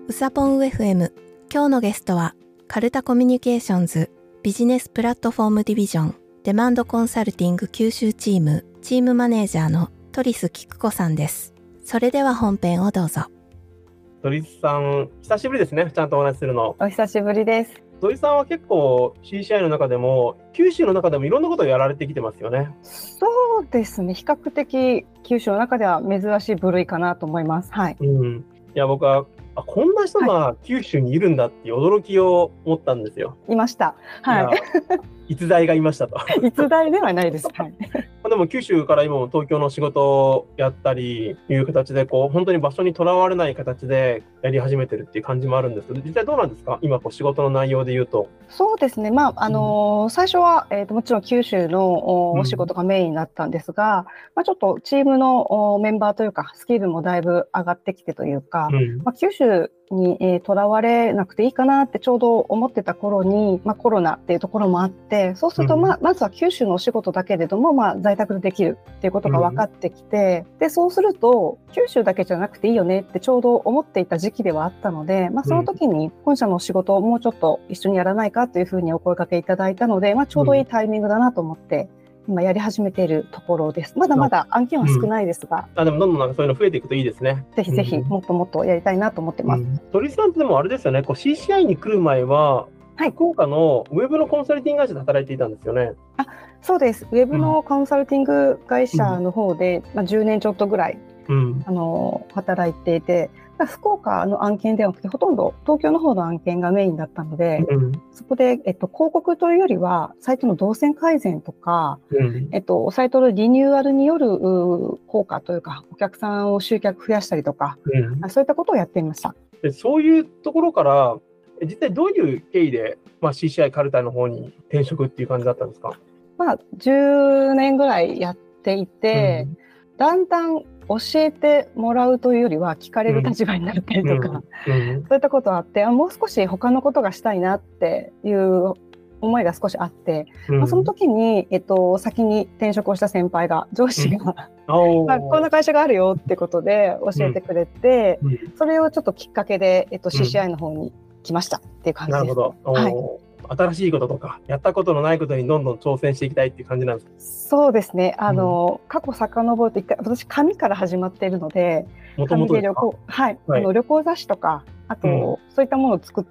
うさぽん FM。 今日のゲストはカルタコミュニケーションズビジネスプラットフォームディビジョンデマンドコンサルティング九州チームマネージャーの鳥栖菊子さんです。それでは本編をどうぞ。 鳥栖さん、久しぶりですね。ちゃんとお話しするの。 お久しぶりです。 鳥栖さんは結構 CCI の中でも九州の中でもいろんなことをやられてきてますよね。 そうですね。比較的九州の中では珍しい部類かなと思います。はい。 いや、僕はこんな人が九州にいるんだっていう驚きを持ったんですよ。 いました。はい。 逸材がいましたと。 逸材ではないです。はい。 でも九州から今も東京の仕事をやったりいう形で本当に場所にとらわれない形でやり始めてるっていう感じもあるんですけど、実際どうなんですか今仕事の内容で言うと。 そうですね。最初は、もちろん九州のお仕事がメインになったんですが、ちょっとチームのメンバーというかスキルもだいぶ上がってきてというか、九州にとらわれなくていいかなってちょうど思ってた頃に、コロナっていうところもあって、そうするとまずは九州のお仕事だけれども、在宅でできるっていうことが分かってきて、でそうすると九州だけじゃなくていいよねってちょうど思っていた時期ではあったので、その時に本社のお仕事をもうちょっと一緒にやらないかというふうにお声掛けいただいたので、ちょうどいいタイミングだなと思って今やり始めているところです。まだまだ案件は少ないですが、 でもどんどんそういうの増えていくといいですね。 ぜひぜひもっともっとやりたいなと思ってます。 鳥栖さんってでもあれですよね、CCI に来る前は、福岡のウェブのコンサルティング会社で働いていたんですよね。 そうです。ウェブのコンサルティング会社の方で、10年ちょっとぐらい、働いていて、福岡の案件ではなくてほとんど東京の方の案件がメインだったので、そこで、広告というよりはサイトの動線改善とか、サイトのリニューアルによる効果というかお客さんを集客増やしたりとか、そういったことをやっていました。 そういうところから実際どういう経緯で、CCI カルタの方に転職っていう感じだったんですか ？10年ぐらいやっていて、だんだん教えてもらうというよりは聞かれる立場になったりとか、そういったことあって、もう少し他のことがしたいなっていう思いが少しあって、その時に、先に転職をした先輩が上司が、こんな会社があるよってことで教えてくれて、それをちょっときっかけで、CCI の方に来ましたっていう感じです。 なるほど。新しいこととかやったことのないことにどんどん挑戦していきたいっていう感じなんですか？ そうですね。過去遡ると一回私紙から始まっているので、紙で旅行、旅行雑誌とかあと、そういったものを作って、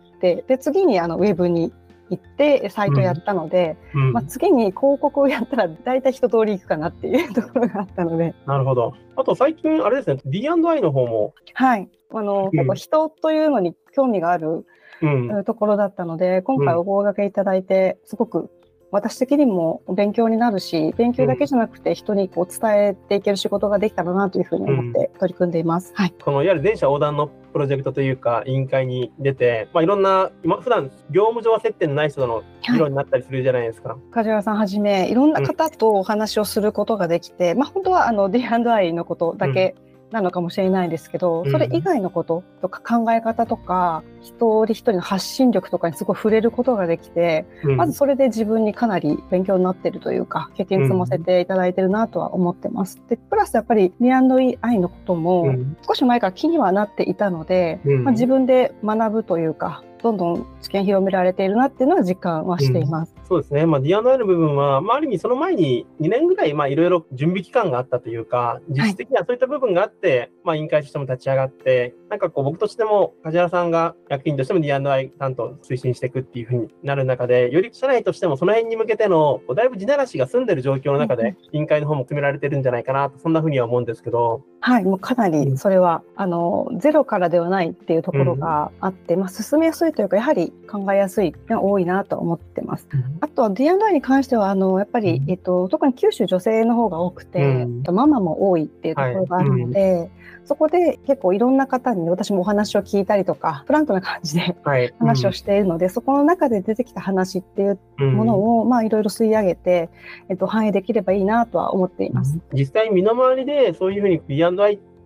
で次にウェブに行ってサイトやったので、次に広告をやったらだいたい一通り行くかなっていうところがあったので。 なるほど。あと最近あれですね、 D&I の方も結構人というのに興味があるところだったので、今回お声掛けいただいてすごく私的にも勉強になるし、勉強だけじゃなくて人に伝えていける仕事ができたらなというふうに思って取り組んでいます。 このいわゆる全社横断のプロジェクトというか委員会に出て、いろんな普段業務上は接点のない人との議論になったりするじゃないですか。 梶原さんはじめいろんな方とお話をすることができて、本当はD&I のことだけ、なのかもしれないですけど、それ以外のこととか考え方とか一人一人の発信力とかにすごい触れることができて、まずそれで自分にかなり勉強になっているというか経験積ませていただいているなとは思ってます。でプラスやっぱり D&I のことも少し前から気にはなっていたので、自分で学ぶというかどんどん知見広められているなっていうのは実感はしています。 そうですね。D&I の部分は、ある意味その前に2年ぐらいいろいろ準備期間があったというか、実質的にはそういった部分があって、委員会としても立ち上がって、僕としても梶原さんが役員としても D&I 担当推進していくっていう風になる中で、より社内としてもその辺に向けてのだいぶ地ならしが済んでる状況の中で、委員会の方も決められてるんじゃないかなと、そんな風には思うんですけど。 もうかなりそれは、ゼロからではないっていうところがあって、進めやすいというかやはり考えやすいのが多いなと思ってます。あとは D&I に関してはやっぱり、特に九州女性の方が多くて、ママも多いっていうところがあるので、そこで結構いろんな方に私もお話を聞いたりとかフランクな感じで話をしているので、そこの中で出てきた話っていうものを、いろいろ吸い上げて、反映できればいいなとは思っています。 実際身の回りでそういうふうに D&I っ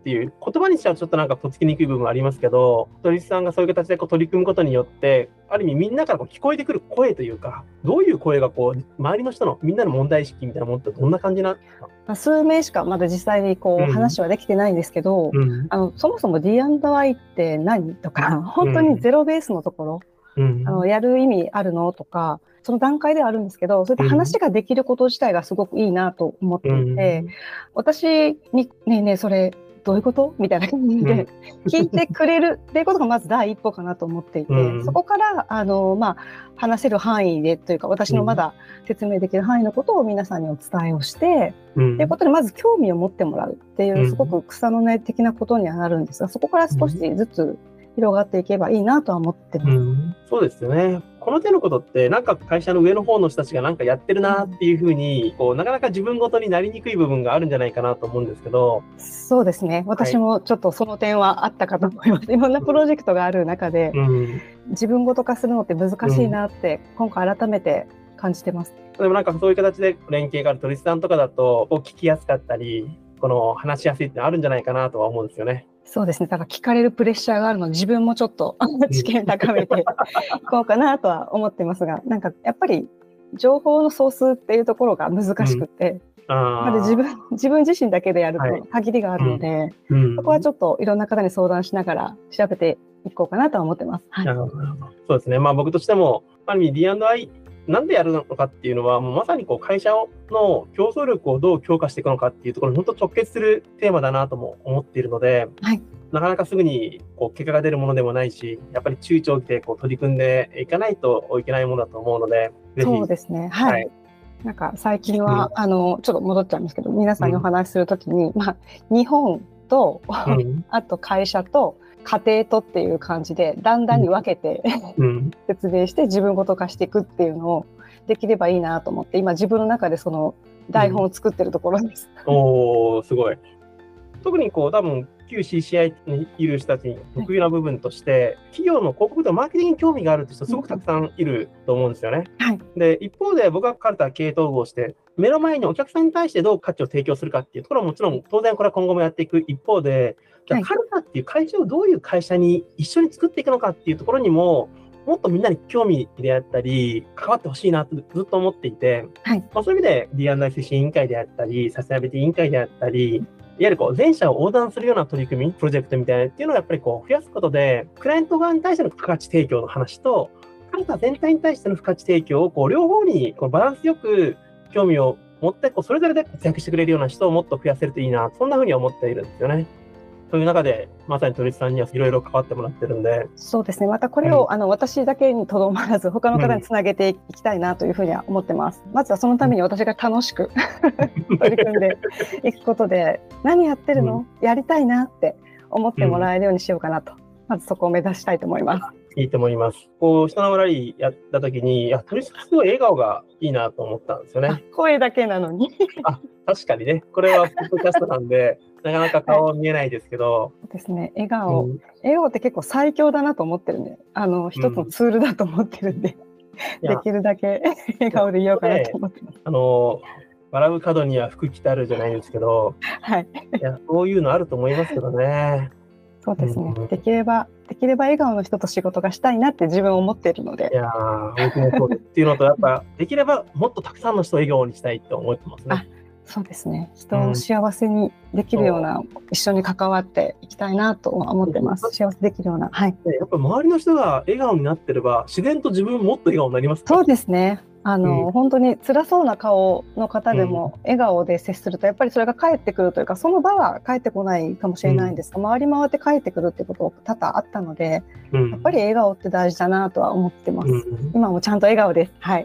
っていう言葉にしちゃうとちょっとなんかとっつきにくい部分はありますけど、鳥さんがそういう形で取り組むことによって、ある意味みんなから聞こえてくる声というか、どういう声が周りの人のみんなの問題意識みたいなものってどんな感じなんですか？ 数名しかまだ実際に話はできてないんですけど、そもそも D&I って何とか、本当にゼロベースのところ、やる意味あるのとか、その段階ではあるんですけど、そういった話ができること自体がすごくいいなと思っていて、私に、ねえねえ、それどういうことみたいな感じで聞いてくれるっていうことがまず第一歩かなと思っていて、そこから話せる範囲でというか、私のまだ説明できる範囲のことを皆さんにお伝えをして、っていうことでまず興味を持ってもらうっていう、すごく草の根的なことにはなるんですが、そこから少しずつ広がっていけばいいなとは思ってます。 そうですよね。この手のことってなんか会社の上の方の人たちがなんかやってるなっていうふうになかなか自分ごとになりにくい部分があるんじゃないかなと思うんですけど。 そうですね。私もちょっとその点はあったかと思います。いろんなプロジェクトがある中で、自分ごと化するのって難しいなって今回改めて感じてます。 でもなんかそういう形で連携がある鳥さんとかだと聞きやすかったり、話しやすいってあるんじゃないかなとは思うんですよね。 そうですね。だから聞かれるプレッシャーがあるので、自分もちょっと知見高めていこうかなとは思ってますが、なんかやっぱり情報のソースっていうところが難しくて、自分自身だけでやると限りがあるので、そこはちょっといろんな方に相談しながら調べていこうかなとは思ってます。 なるほど。そうですね。僕としても、ある意味 D&I なんでやるのかっていうのは、もうまさに会社の競争力をどう強化していくのかっていうところに本当直結するテーマだなとも思っているので、なかなかすぐに結果が出るものでもないし、やっぱり中長期で取り組んでいかないといけないものだと思うので、ぜひ。 そうですね。はい。なんか最近は、ちょっと戻っちゃうんですけど、皆さんにお話しするときに、日本と、あと会社と、家庭とっていう感じでだんだんに分けて、説明して自分ごと化していくっていうのをできればいいなと思って今自分の中でその台本を作ってるところです。 おー、すごい。特に多分旧 CCI にいる人たちに得意な部分として、企業の広告とマーケティングに興味があるって人すごくたくさんいると思うんですよね。で一方で僕がカルタ経営統合して目の前にお客さんに対してどう価値を提供するかっていうところはもちろん当然これは今後もやっていく一方で、カルタっていう会社をどういう会社に一緒に作っていくのかっていうところにももっとみんなに興味であったり関わってほしいなとずっと思っていて、そういう意味で D&I 推進委員会であったりサステナビリティ委員会であったり、いわゆる全社を横断するような取り組みプロジェクトみたいなっていうのをやっぱり増やすことでクライアント側に対しての付加値提供の話とカルタ全体に対しての付加値提供を両方にバランスよく興味を持ってそれぞれで活躍してくれるような人をもっと増やせるといいな、そんなふうに思っているんですよね。という中でまさに鳥さんにはいろいろ関わってもらってるんで、 そうですね。またこれを、私だけにとどまらず他の方につなげていきたいなというふうには思ってます。まずはそのために私が楽しく取り組んでいくことで何やってるの、やりたいなって思ってもらえるようにしようかなと、まずそこを目指したいと思います。 いいと思います。人のラリーやった時に鳥さんすごい笑顔がいいなと思ったんですよね。 声だけなのに確かにね、これはポッドキャストなんでなかなか顔見えないですけど、 そうですね。笑顔って結構最強だなと思ってるんで、一つのツールだと思ってるんで、できるだけ笑顔でいようかなと思ってます。 笑う角には福来たるじゃないですけど、そういうのあると思いますけどね。 そうですね。できれば笑顔の人と仕事がしたいなって自分思っているので。 僕もそうです。っていうのとやっぱできればもっとたくさんの人を笑顔にしたいと思ってますね。 そうですね。人を幸せにできるような、一緒に関わっていきたいなと思ってます。幸せできるような。やっぱ周りの人が笑顔になってれば自然と自分もっと笑顔になりますか？ そうですね。本当に辛そうな顔の方でも笑顔で接するとやっぱりそれが返ってくるというか、その場は返ってこないかもしれないんですが、回り回って返ってくるっていうこと多々あったので、やっぱり笑顔って大事だなとは思ってます。今もちゃんと笑顔です。はい。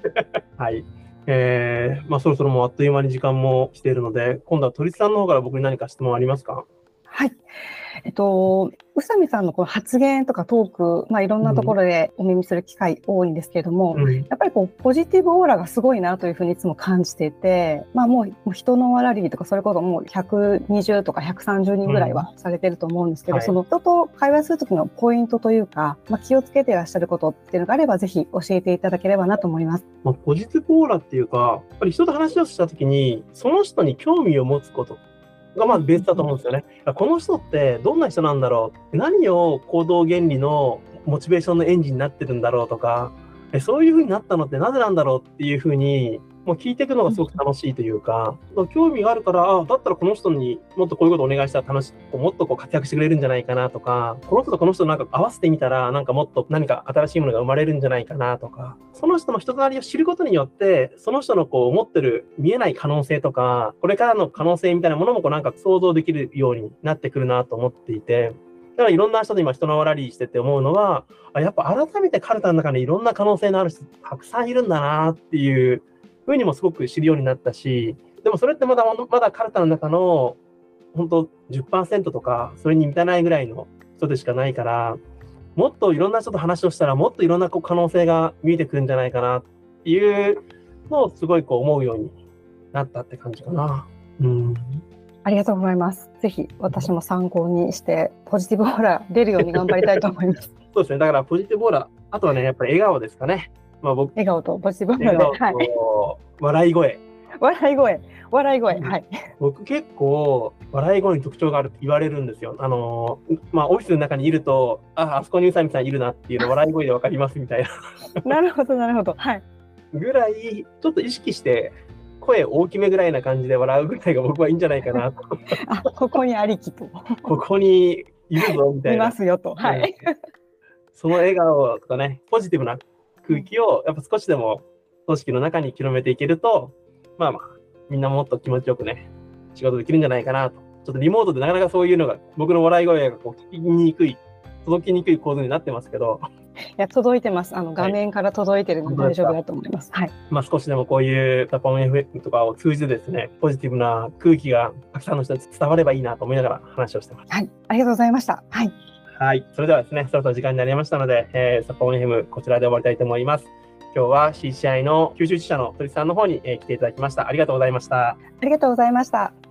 そろそろもうあっという間に時間も来ているので、今度は鳥さんの方から僕に何か質問ありますか？ はい。宇佐美さんのこの発言とかトーク、いろんなところでお耳する機会多いんですけれども、やっぱりポジティブオーラがすごいなというふうにいつも感じていて、もう人のラリーとかそれこそもう120とか130人ぐらいはされてると思うんですけど、その人と会話するときのポイントというか、気をつけていらっしゃることっていうのがあればぜひ教えていただければなと思います。 ポジティブオーラっていうか、やっぱり人と話をしたときにその人に興味を持つことがまずベースだと思うんですよね。この人ってどんな人なんだろう、何を行動原理のモチベーションのエンジンになってるんだろうとか、そういう風になったのってなぜなんだろうっていう風にもう聞いていくのがすごく楽しいというか、興味があるから、だったらこの人にもっとこういうことをお願いしたらもっと活躍してくれるんじゃないかなとか、この人とこの人なんか合わせてみたら、なんかもっと何か新しいものが生まれるんじゃないかなとか、その人の人となりを知ることによって、その人の持ってる見えない可能性とか、これからの可能性みたいなものもなんか想像できるようになってくるなと思っていて、だからいろんな人と今人のラリーしてて思うのは、やっぱ改めてカルタの中にいろんな可能性のある人たくさんいるんだなっていうふうにもすごく知るようになったし、でもそれってまだカルタの中の本当 10% とかそれに満たないぐらいの人でしかないから、もっといろんな人と話をしたらもっといろんな可能性が見えてくるんじゃないかなっていうのをすごい思うようになったって感じかな。 ありがとうございます。ぜひ私も参考にしてポジティブオーラ出るように頑張りたいと思います。 そうですね。だからポジティブオーラ、あとはね、やっぱり笑顔ですかね。 笑顔とポジティブオーラで、 はい、笑い声。 はい。 僕結構笑い声に特徴があるって言われるんですよ。オフィスの中にいると、あそこに宇佐美さんいるなっていうの笑い声でわかりますみたいな。 なるほど。はい。 ぐらいちょっと意識して声大きめぐらいな感じで笑うぐらいが僕はいいんじゃないかなと。 ここにありきと。 ここにいるぞみたいな。 いますよと。はい。 その笑顔とかね、ポジティブな空気をやっぱ少しでも組織の中に広めていけると、みんなもっと気持ちよくね、仕事できるんじゃないかなと。ちょっとリモートでなかなかそういうのが、僕の笑い声が聞きにくい、届きにくい構図になってますけど。 いや、届いてます。画面から届いてるので大丈夫だと思います。はい。 少しでもこういうタポン FM とかを通じてですね、ポジティブな空気がたくさんの人に伝わればいいなと思いながら話をしてます。 はい。ありがとうございました。はい。 はい。それではですね、そろそろ時間になりましたので、タポン FM こちらで終わりたいと思います。今日は CCI の九州支社の鳥さんの方に来ていただきました。ありがとうございました。 ありがとうございました。